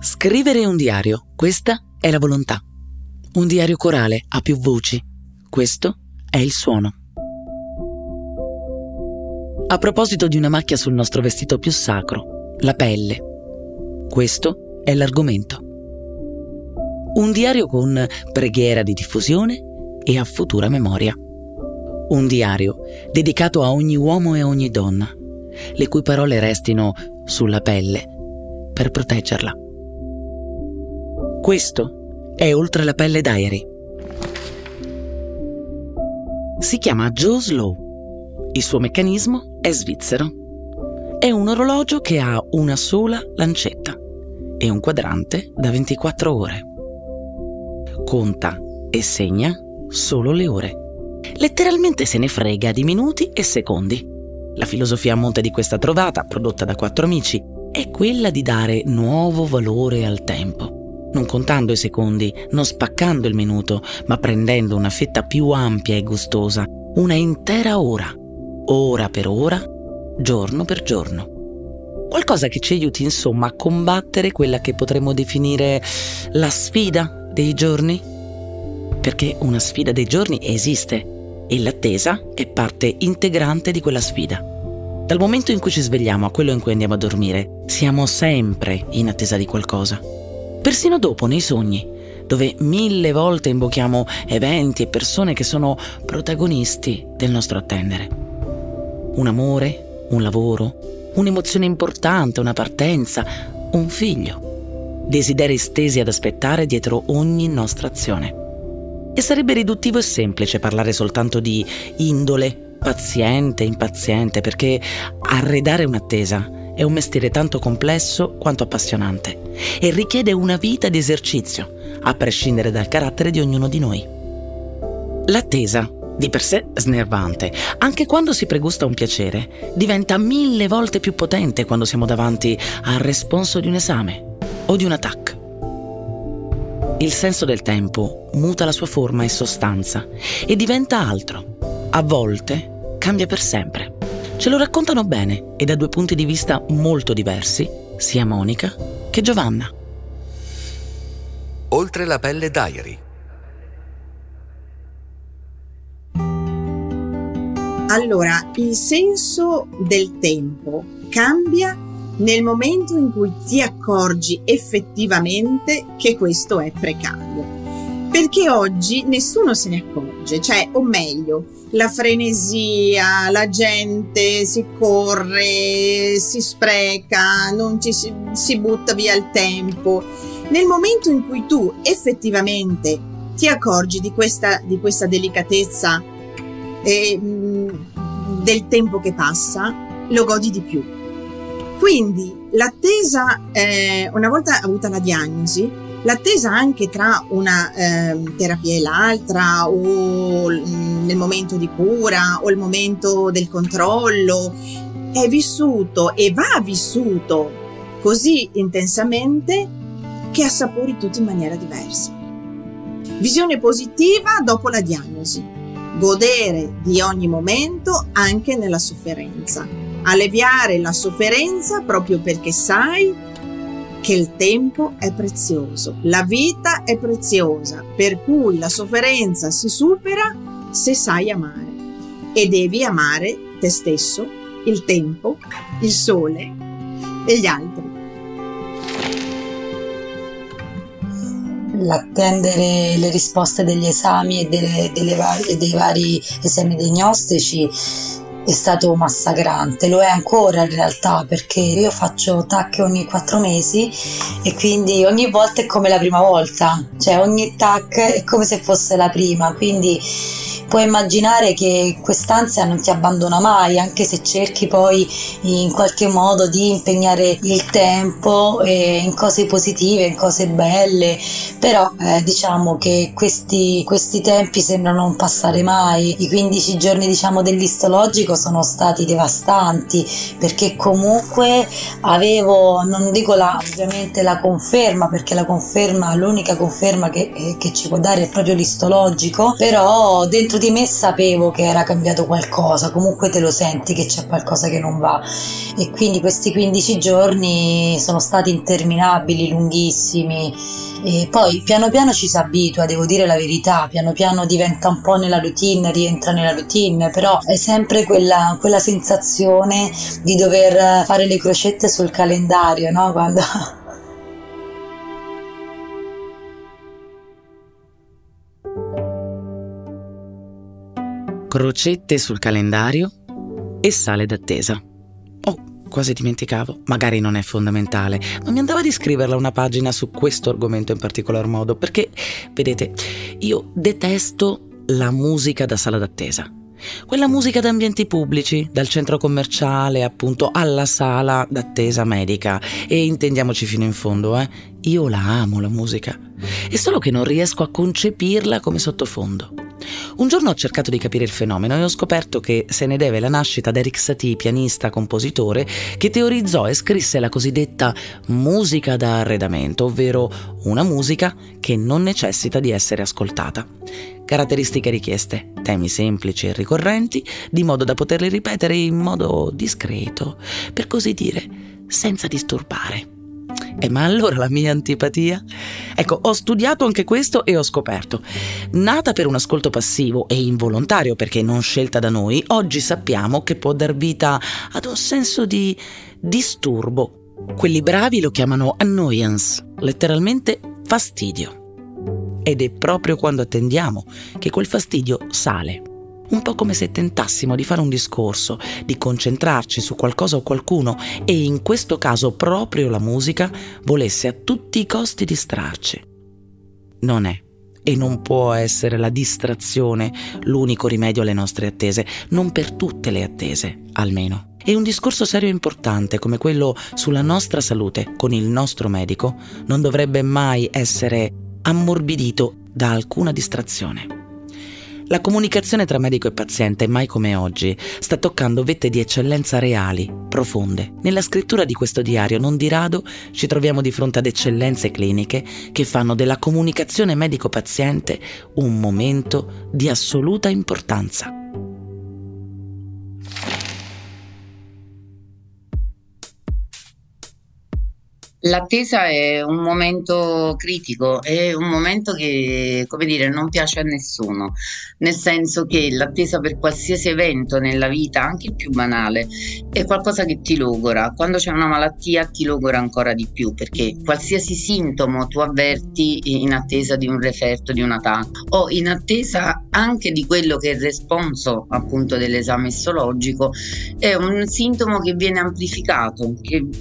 Scrivere un diario, questa è la volontà. Un diario corale ha più voci, questo è il suono. A proposito di una macchia sul nostro vestito più sacro, la pelle, questo è l'argomento. Un diario con preghiera di diffusione e a futura memoria. Un diario dedicato a ogni uomo e a ogni donna, le cui parole restino sulla pelle per proteggerla. Questo è Oltre la pelle Diary. Si chiama Joe Slow. Il suo meccanismo è svizzero. È un orologio che ha una sola lancetta e un quadrante da 24 ore. Conta e segna solo le ore. Letteralmente se ne frega di minuti e secondi. La filosofia a monte di questa trovata, prodotta da 4 amici, è quella di dare nuovo valore al tempo. Non contando i secondi, non spaccando il minuto, ma prendendo una fetta più ampia e gustosa, una intera ora per ora, giorno per giorno. Qualcosa che ci aiuti insomma a combattere quella che potremmo definire la sfida dei giorni. Perché una sfida dei giorni esiste e l'attesa è parte integrante di quella sfida. Dal momento in cui ci svegliamo a quello in cui andiamo a dormire, siamo sempre in attesa di qualcosa. Persino dopo, nei sogni, dove 1000 volte invochiamo eventi e persone che sono protagonisti del nostro attendere. Un amore, un lavoro, un'emozione importante, una partenza, un figlio. Desideri stesi ad aspettare dietro ogni nostra azione. E sarebbe riduttivo e semplice parlare soltanto di indole, paziente, impaziente, perché arredare un'attesa è un mestiere tanto complesso quanto appassionante e richiede una vita di esercizio, a prescindere dal carattere di ognuno di noi. L'attesa, di per sé snervante, anche quando si pregusta un piacere, diventa 1000 volte più potente quando siamo davanti al responso di un esame o di un TAC. Il senso del tempo muta la sua forma e sostanza e diventa altro. A volte cambia per sempre. Ce lo raccontano bene e da 2 punti di vista molto diversi, sia Monica che Giovanna. Oltre la pelle Diary. Allora, il senso del tempo cambia nel momento in cui ti accorgi effettivamente che questo è precario. Perché oggi nessuno se ne accorge, o meglio, la frenesia, la gente si corre, si spreca, non ci si butta via il tempo. Nel momento in cui tu effettivamente ti accorgi di questa delicatezza del tempo che passa, lo godi di più. Quindi l'attesa, una volta avuta la diagnosi, l'attesa anche tra una terapia e l'altra, o nel momento di cura o il momento del controllo, è vissuto e va vissuto così intensamente che assapori tutto in maniera diversa. Visione positiva dopo la diagnosi: godere di ogni momento anche nella sofferenza, alleviare la sofferenza proprio perché sai che il tempo è prezioso, la vita è preziosa, per cui la sofferenza si supera se sai amare, e devi amare te stesso, il tempo, il sole e gli altri. L'attendere le risposte degli esami e dei vari esami diagnostici è stato massacrante, lo è ancora in realtà, perché io faccio TAC ogni 4 mesi e quindi ogni volta è come la prima volta, ogni TAC è come se fosse la prima, quindi puoi immaginare che quest'ansia non ti abbandona mai, anche se cerchi poi in qualche modo di impegnare il tempo in cose positive, in cose belle, però diciamo che questi tempi sembrano non passare mai. I 15 giorni dell'istologico sono stati devastanti, perché comunque avevo, non dico ovviamente la conferma, perché l'unica conferma che ci può dare è proprio l'istologico, però dentro di me sapevo che era cambiato qualcosa, comunque te lo senti che c'è qualcosa che non va, e quindi questi 15 giorni sono stati interminabili, lunghissimi, e poi piano piano ci si abitua, devo dire la verità, piano piano diventa un po' nella routine, rientra nella routine, però è sempre quella sensazione di dover fare le crocette sul calendario, no? Quando crocette sul calendario e sale d'attesa. Oh, quasi dimenticavo, magari non è fondamentale, ma mi andava di scriverla una pagina su questo argomento in particolar modo, perché, vedete, io detesto la musica da sala d'attesa. Quella musica da ambienti pubblici, dal centro commerciale appunto alla sala d'attesa medica, e intendiamoci fino in fondo, io la amo la musica, è solo che non riesco a concepirla come sottofondo. Un giorno ho cercato di capire il fenomeno e ho scoperto che se ne deve la nascita ad Erik Satie, pianista, compositore, che teorizzò e scrisse la cosiddetta musica da arredamento, ovvero una musica che non necessita di essere ascoltata. Caratteristiche richieste: temi semplici e ricorrenti, di modo da poterli ripetere in modo discreto, per così dire, senza disturbare. Ma allora la mia antipatia? Ecco, ho studiato anche questo e ho scoperto. Nata per un ascolto passivo e involontario, perché non scelta da noi, oggi sappiamo che può dar vita ad un senso di disturbo. Quelli bravi lo chiamano annoyance, letteralmente fastidio. Ed è proprio quando attendiamo che quel fastidio sale. Un po' come se tentassimo di fare un discorso, di concentrarci su qualcosa o qualcuno, e in questo caso proprio la musica volesse a tutti i costi distrarci. Non è e non può essere la distrazione l'unico rimedio alle nostre attese, non per tutte le attese, almeno. E un discorso serio e importante come quello sulla nostra salute con il nostro medico non dovrebbe mai essere ammorbidito da alcuna distrazione. La comunicazione tra medico e paziente, mai come oggi, sta toccando vette di eccellenza reali, profonde. Nella scrittura di questo diario non di rado ci troviamo di fronte ad eccellenze cliniche che fanno della comunicazione medico-paziente un momento di assoluta importanza. L'attesa è un momento critico, è un momento che, come dire, non piace a nessuno, nel senso che l'attesa per qualsiasi evento nella vita, anche il più banale, è qualcosa che ti logora. Quando c'è una malattia ti logora ancora di più, perché qualsiasi sintomo tu avverti in attesa di un referto, di una TAC, o in attesa anche di quello che è il responso appunto dell'esame istologico, è un sintomo che viene amplificato,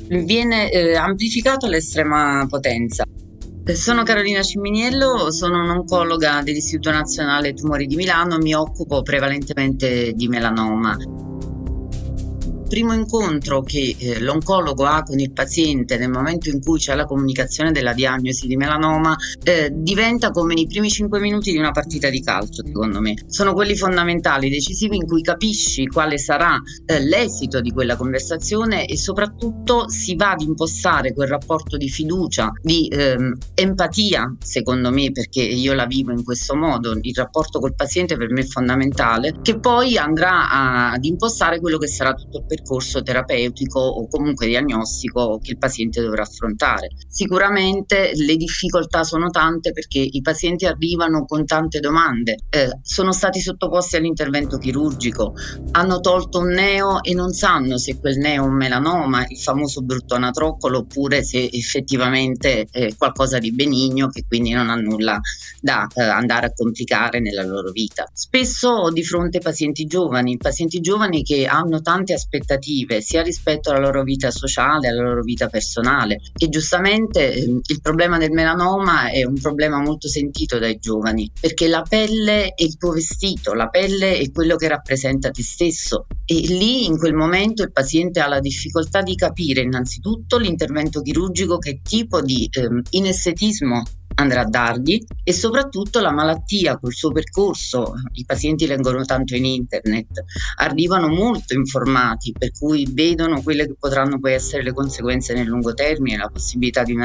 all'estrema potenza. Sono Carolina Ciminiello, sono un'oncologa dell'Istituto Nazionale Tumori di Milano, mi occupo prevalentemente di melanoma. Primo incontro che l'oncologo ha con il paziente nel momento in cui c'è la comunicazione della diagnosi di melanoma diventa come i primi 5 minuti di una partita di calcio, secondo me. Sono quelli fondamentali, decisivi, in cui capisci quale sarà l'esito di quella conversazione e soprattutto si va ad impostare quel rapporto di fiducia, di empatia, secondo me, perché io la vivo in questo modo. Il rapporto col paziente per me è fondamentale, che poi andrà ad impostare quello che sarà tutto il percorso terapeutico o comunque diagnostico che il paziente dovrà affrontare. Sicuramente le difficoltà sono tante, perché i pazienti arrivano con tante domande, sono stati sottoposti all'intervento chirurgico, hanno tolto un neo e non sanno se quel neo è un melanoma, il famoso brutto anatroccolo, oppure se effettivamente è qualcosa di benigno che quindi non ha nulla da andare a complicare nella loro vita. Spesso ho di fronte pazienti giovani che hanno tante aspettative sia rispetto alla loro vita sociale, alla loro vita personale, e giustamente il problema del melanoma è un problema molto sentito dai giovani, perché la pelle è il tuo vestito, la pelle è quello che rappresenta te stesso, e lì in quel momento il paziente ha la difficoltà di capire innanzitutto l'intervento chirurgico che tipo di inestetismo andrà a dargli, e soprattutto la malattia col suo percorso. I pazienti leggono tanto in internet, arrivano molto informati, per cui vedono quelle che potranno poi essere le conseguenze nel lungo termine, la possibilità di una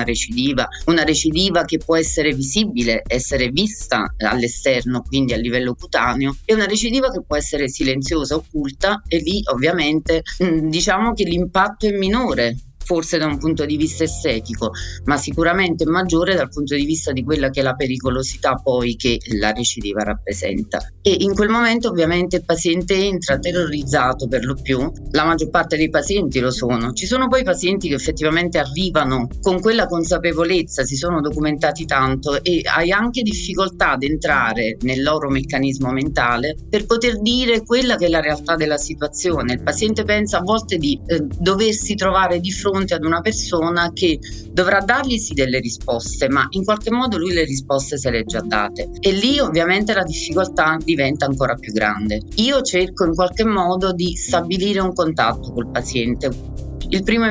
recidiva che può essere visibile, essere vista all'esterno, quindi a livello cutaneo, e una recidiva che può essere silenziosa, occulta, e lì ovviamente diciamo che l'impatto è minore, forse da un punto di vista estetico, ma sicuramente maggiore dal punto di vista di quella che è la pericolosità poi che la recidiva rappresenta. E in quel momento ovviamente il paziente entra terrorizzato, per lo più, la maggior parte dei pazienti lo sono. Ci sono poi pazienti che effettivamente arrivano con quella consapevolezza, si sono documentati tanto e hai anche difficoltà ad entrare nel loro meccanismo mentale per poter dire quella che è la realtà della situazione. Il paziente pensa a volte di doversi trovare di fronte ad una persona che dovrà dargli sì delle risposte, ma in qualche modo lui le risposte se le ha già date, e lì ovviamente la difficoltà diventa ancora più grande. Io cerco in qualche modo di stabilire un contatto col paziente. Il primo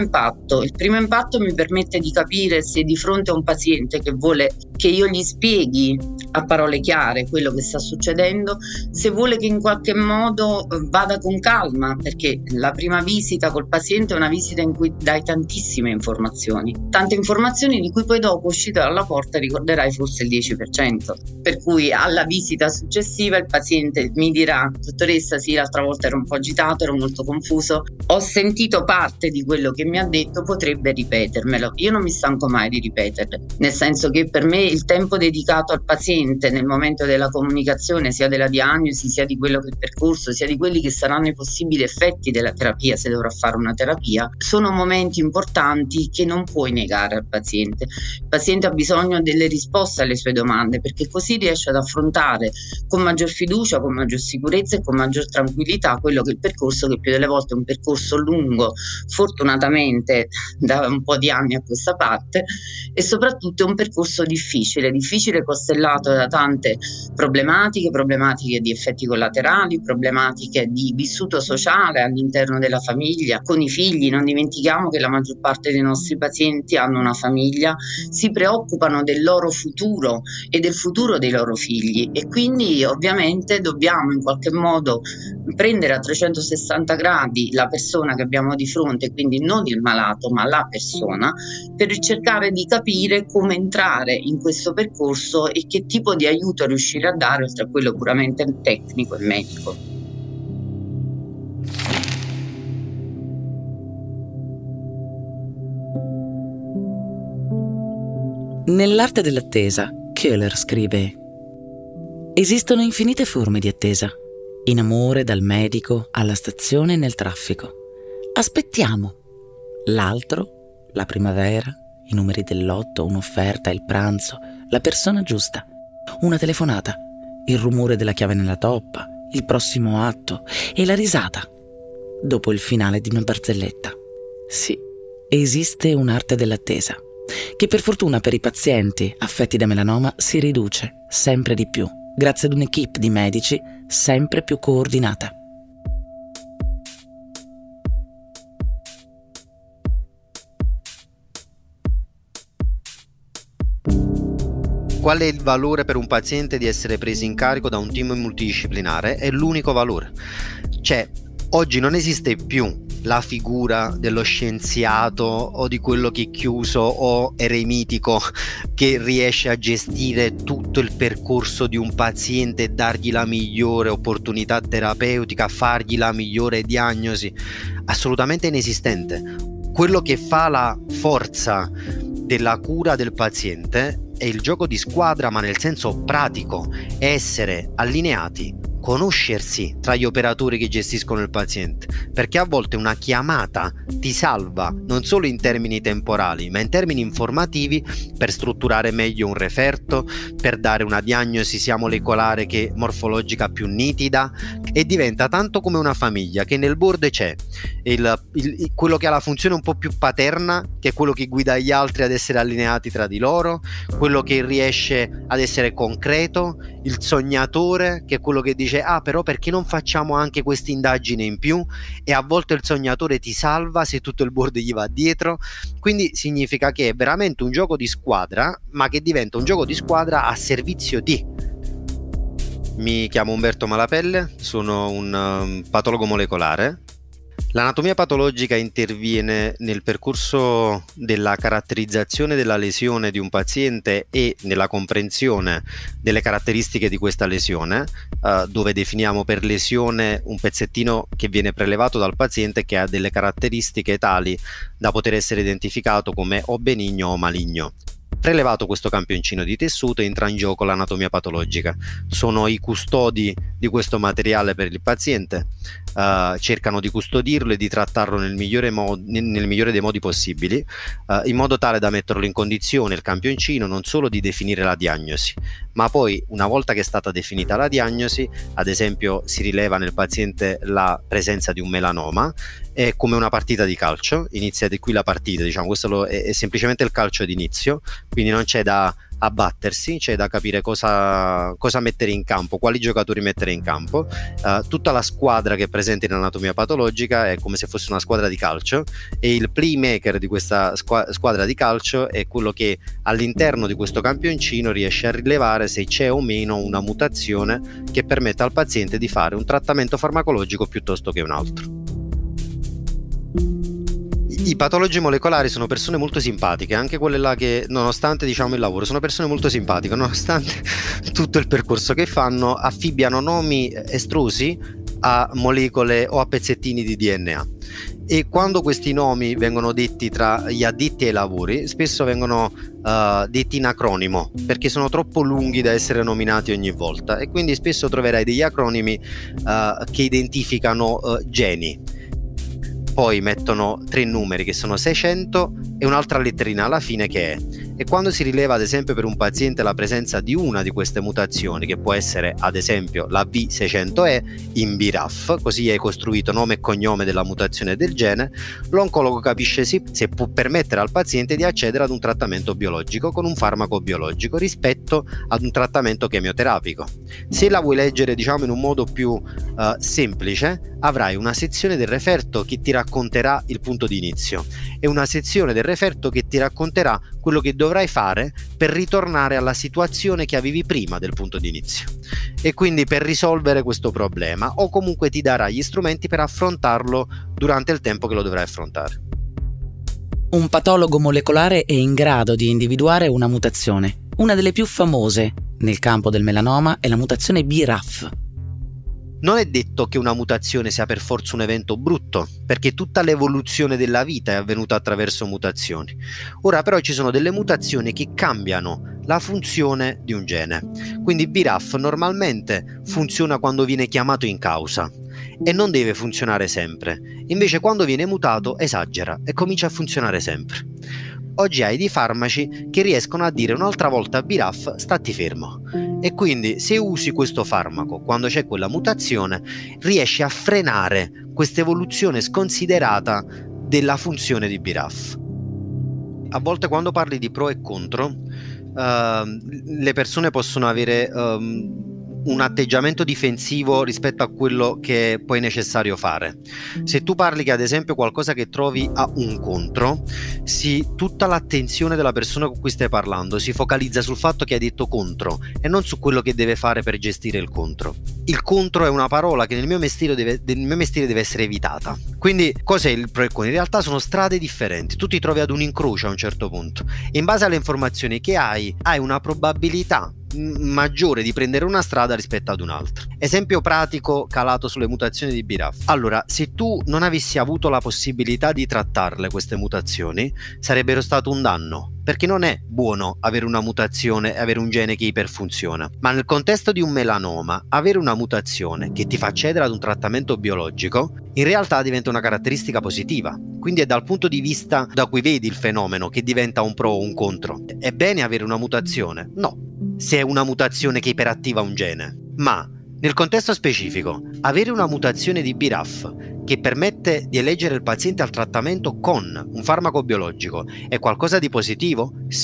impatto mi permette di capire se di fronte a un paziente che vuole che io gli spieghi a parole chiare quello che sta succedendo, se vuole che in qualche modo vada con calma, perché la prima visita col paziente è una visita in cui dai tantissime informazioni, tante informazioni di cui poi dopo, uscito dalla porta, ricorderai forse il 10%, per cui alla visita successiva il paziente mi dirà: dottoressa, sì, l'altra volta ero un po' agitato, ero molto confuso, ho sentito parte di quello che mi ha detto, potrebbe ripetermelo. Io non mi stanco mai di ripeterle, nel senso che per me il tempo dedicato al paziente nel momento della comunicazione, sia della diagnosi, sia di quello che è il percorso, sia di quelli che saranno i possibili effetti della terapia, se dovrà fare una terapia, sono momenti importanti che non puoi negare al paziente. Il paziente ha bisogno delle risposte alle sue domande, perché così riesce ad affrontare con maggior fiducia, con maggior sicurezza e con maggior tranquillità quello che è il percorso, che più delle volte è un percorso lungo, fortunatamente da un po' di anni a questa parte, e soprattutto è un percorso difficile, costellato da tante problematiche di effetti collaterali, problematiche di vissuto sociale all'interno della famiglia, con i figli. Non dimentichiamo che la maggior parte dei nostri pazienti hanno una famiglia, si preoccupano del loro futuro e del futuro dei loro figli, e quindi ovviamente dobbiamo in qualche modo prendere a 360 gradi la persona che abbiamo di fronte, quindi non il malato ma la persona, per cercare di capire come entrare in questo percorso e che tipo di aiuto riuscire a dare, oltre a quello puramente tecnico e medico. Nell'arte dell'attesa, Köhler scrive: esistono infinite forme di attesa, in amore, dal medico alla stazione e nel traffico. Aspettiamo l'altro, la primavera, i numeri del lotto, un'offerta, il pranzo, la persona giusta, una telefonata, il rumore della chiave nella toppa, il prossimo atto e la risata dopo il finale di una barzelletta. Sì, esiste un'arte dell'attesa che per fortuna per i pazienti affetti da melanoma si riduce sempre di più grazie ad un'equipe di medici sempre più coordinata. Qual è il valore per un paziente di essere preso in carico da un team multidisciplinare? È l'unico valore. Cioè, oggi non esiste più la figura dello scienziato o di quello che è chiuso o eremitico che riesce a gestire tutto il percorso di un paziente e dargli la migliore opportunità terapeutica, fargli la migliore diagnosi. Assolutamente inesistente. Quello che fa la forza della cura del paziente è il gioco di squadra, ma nel senso pratico, essere allineati, conoscersi tra gli operatori che gestiscono il paziente, perché a volte una chiamata ti salva non solo in termini temporali ma in termini informativi, per strutturare meglio un referto, per dare una diagnosi sia molecolare che morfologica più nitida, e diventa tanto come una famiglia, che nel board c'è quello che ha la funzione un po' più paterna, che è quello che guida gli altri ad essere allineati tra di loro, quello che riesce ad essere concreto, il sognatore, che è quello che dice dice però perché non facciamo anche questa indagine in più, e a volte il sognatore ti salva se tutto il board gli va dietro. Quindi significa che è veramente un gioco di squadra, ma che diventa un gioco di squadra a servizio di. Mi chiamo Umberto Malapelle, sono un patologo molecolare. L'anatomia patologica interviene nel percorso della caratterizzazione della lesione di un paziente e nella comprensione delle caratteristiche di questa lesione, dove definiamo per lesione un pezzettino che viene prelevato dal paziente che ha delle caratteristiche tali da poter essere identificato come o benigno o maligno. Prelevato questo campioncino di tessuto, entra in gioco l'anatomia patologica. Sono i custodi di questo materiale per il paziente, cercano di custodirlo e di trattarlo nel migliore dei modi possibili, in modo tale da metterlo in condizione, il campioncino, non solo di definire la diagnosi, ma poi una volta che è stata definita la diagnosi, ad esempio si rileva nel paziente la presenza di un melanoma. È come una partita di calcio, inizia di qui la partita, diciamo, questo è semplicemente il calcio d'inizio, quindi non c'è da abbattersi, c'è da capire cosa mettere in campo, quali giocatori mettere in campo. Tutta la squadra che è presente in anatomia patologica è come se fosse una squadra di calcio, e il playmaker di questa squadra di calcio è quello che all'interno di questo campioncino riesce a rilevare se c'è o meno una mutazione che permetta al paziente di fare un trattamento farmacologico piuttosto che un altro. I patologi molecolari sono persone molto simpatiche, anche quelle là che, nonostante diciamo il lavoro, sono persone molto simpatiche, nonostante tutto il percorso che fanno, affibbiano nomi estrusi a molecole o a pezzettini di DNA. E quando questi nomi vengono detti tra gli addetti ai lavori, spesso vengono detti in acronimo, perché sono troppo lunghi da essere nominati ogni volta, e quindi spesso troverai degli acronimi che identificano geni. Poi mettono 3 numeri che sono 600 e un'altra letterina alla fine che è. E quando si rileva ad esempio per un paziente la presenza di una di queste mutazioni, che può essere ad esempio la V600E in BRAF, così è costruito nome e cognome della mutazione del gene, l'oncologo capisce se può permettere al paziente di accedere ad un trattamento biologico con un farmaco biologico rispetto ad un trattamento chemioterapico. Se la vuoi leggere diciamo in un modo più semplice, avrai una sezione del referto che ti racconterà il punto di inizio e una sezione del referto che ti racconterà quello che dovrai fare per ritornare alla situazione che avevi prima del punto di inizio, e quindi per risolvere questo problema, o comunque ti darà gli strumenti per affrontarlo durante il tempo che lo dovrai affrontare. Un patologo molecolare è in grado di individuare una mutazione. Una delle più famose nel campo del melanoma è la mutazione BRAF. Non è detto che una mutazione sia per forza un evento brutto, perché tutta l'evoluzione della vita è avvenuta attraverso mutazioni. Ora però ci sono delle mutazioni che cambiano la funzione di un gene. Quindi BRAF normalmente funziona quando viene chiamato in causa e non deve funzionare sempre. Invece quando viene mutato esagera e comincia a funzionare sempre. Oggi hai dei farmaci che riescono a dire un'altra volta a BRAF stati fermo, e quindi se usi questo farmaco quando c'è quella mutazione riesci a frenare questa evoluzione sconsiderata della funzione di BRAF. A volte quando parli di pro e contro le persone possono avere un atteggiamento difensivo rispetto a quello che poi è necessario fare. Se tu parli che ad esempio qualcosa che trovi ha un contro, tutta l'attenzione della persona con cui stai parlando si focalizza sul fatto che hai detto contro e non su quello che deve fare per gestire il contro. Il contro è una parola che nel mio mestiere deve essere evitata. Quindi cos'è il pro e contro? In realtà sono strade differenti, tu ti trovi ad un incrocio a un certo punto e in base alle informazioni che hai una probabilità maggiore di prendere una strada rispetto ad un'altra. Esempio pratico calato sulle mutazioni di BRAF. Allora, se tu non avessi avuto la possibilità di trattarle queste mutazioni, sarebbero stato un danno, perché non è buono avere una mutazione e avere un gene che iperfunziona. Ma nel contesto di un melanoma, avere una mutazione che ti fa accedere ad un trattamento biologico in realtà diventa una caratteristica positiva. Quindi è dal punto di vista da cui vedi il fenomeno che diventa un pro o un contro. È bene avere una mutazione? No, se è una mutazione che iperattiva un gene. Ma nel contesto specifico, avere una mutazione di BRAF che permette di eleggere il paziente al trattamento con un farmaco biologico è qualcosa di positivo? Sì.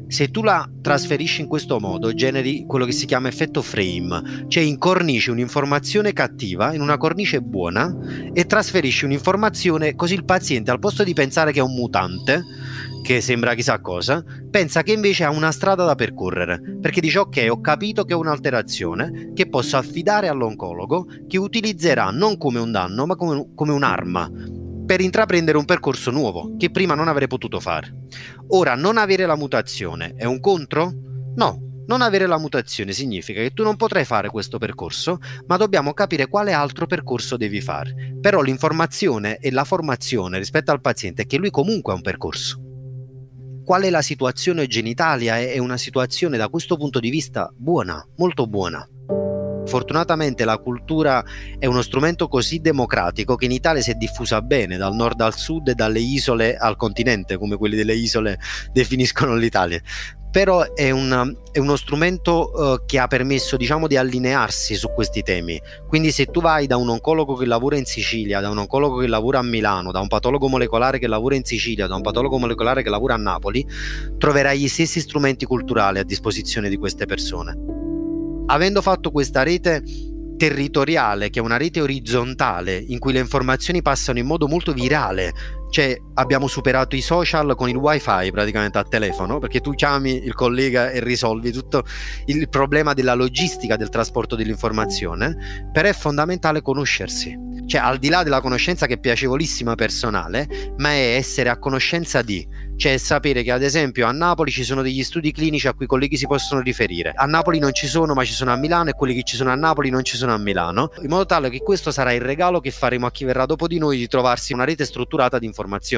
Se tu la trasferisci in questo modo, generi quello che si chiama effetto frame, cioè incornici un'informazione cattiva in una cornice buona e trasferisci un'informazione, così il paziente, al posto di pensare che è un mutante, che sembra chissà cosa, pensa che invece ha una strada da percorrere, perché dice: ok, ho capito che ho un'alterazione che posso affidare all'oncologo, che utilizzerà non come un danno ma come un'arma per intraprendere un percorso nuovo che prima non avrei potuto fare. Ora, non avere la mutazione è un contro? No, non avere la mutazione significa che tu non potrai fare questo percorso, ma dobbiamo capire quale altro percorso devi fare. Però l'informazione e la formazione rispetto al paziente è che lui comunque ha un percorso. Qual è la situazione oggi in Italia? È una situazione da questo punto di vista buona, molto buona. Fortunatamente la cultura è uno strumento così democratico che in Italia si è diffusa bene, dal nord al sud e dalle isole al continente, come quelli delle isole definiscono l'Italia. Però è uno strumento che ha permesso, diciamo, di allinearsi su questi temi. Quindi se tu vai da un oncologo che lavora in Sicilia, da un oncologo che lavora a Milano, da un patologo molecolare che lavora in Sicilia, da un patologo molecolare che lavora a Napoli, troverai gli stessi strumenti culturali a disposizione di queste persone. Avendo fatto questa rete territoriale, che è una rete orizzontale in cui le informazioni passano in modo molto virale, cioè abbiamo superato i social con il wifi praticamente al telefono, perché tu chiami il collega e risolvi tutto il problema della logistica del trasporto dell'informazione. Però è fondamentale conoscersi, cioè al di là della conoscenza che è piacevolissima personale, ma è essere a conoscenza di, cioè sapere che ad esempio a Napoli ci sono degli studi clinici a cui i colleghi si possono riferire, a Napoli non ci sono ma ci sono a Milano, e quelli che ci sono a Napoli non ci sono a Milano, in modo tale che questo sarà il regalo che faremo a chi verrà dopo di noi, di trovarsi una rete strutturata di informazioni.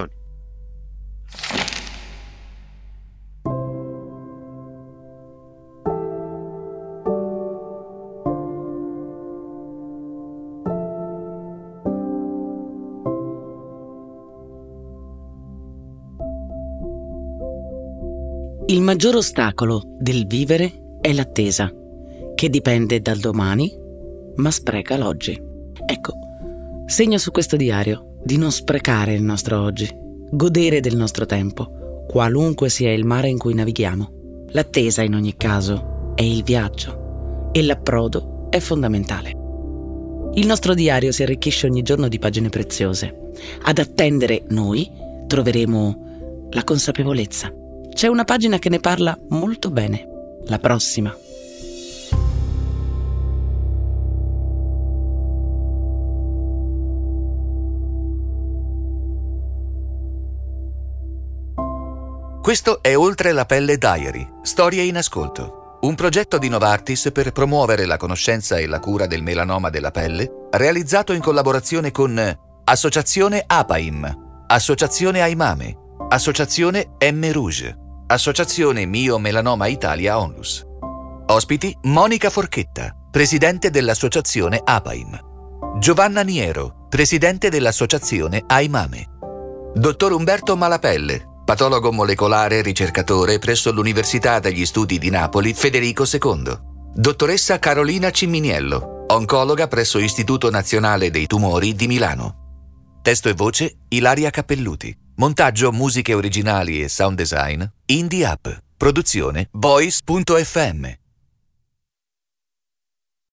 Il maggior ostacolo del vivere è l'attesa, che dipende dal domani, ma spreca l'oggi. Ecco, segna su questo diario di non sprecare il nostro oggi, godere del nostro tempo, qualunque sia il mare in cui navighiamo. L'attesa, in ogni caso, è il viaggio e l'approdo è fondamentale. Il nostro diario si arricchisce ogni giorno di pagine preziose. Ad attendere noi troveremo la consapevolezza. C'è una pagina che ne parla molto bene, la prossima. Questo è Oltre la pelle Diary, storie in ascolto. Un progetto di Novartis per promuovere la conoscenza e la cura del melanoma della pelle, realizzato in collaborazione con Associazione APAIM, Associazione Aimame, Associazione M Rouge, Associazione Mio Melanoma Italia Onlus. Ospiti Monica Forchetta, presidente dell'Associazione APAIM. Giovanna Niero, presidente dell'Associazione Aimame. Dottor Umberto Malapelle, patologo molecolare e ricercatore presso l'Università degli Studi di Napoli Federico II. Dottoressa Carolina Ciminiello, oncologa presso Istituto Nazionale dei Tumori di Milano. Testo e voce Ilaria Cappelluti. Montaggio, musiche originali e sound design Indie Up. Produzione Voice.fm.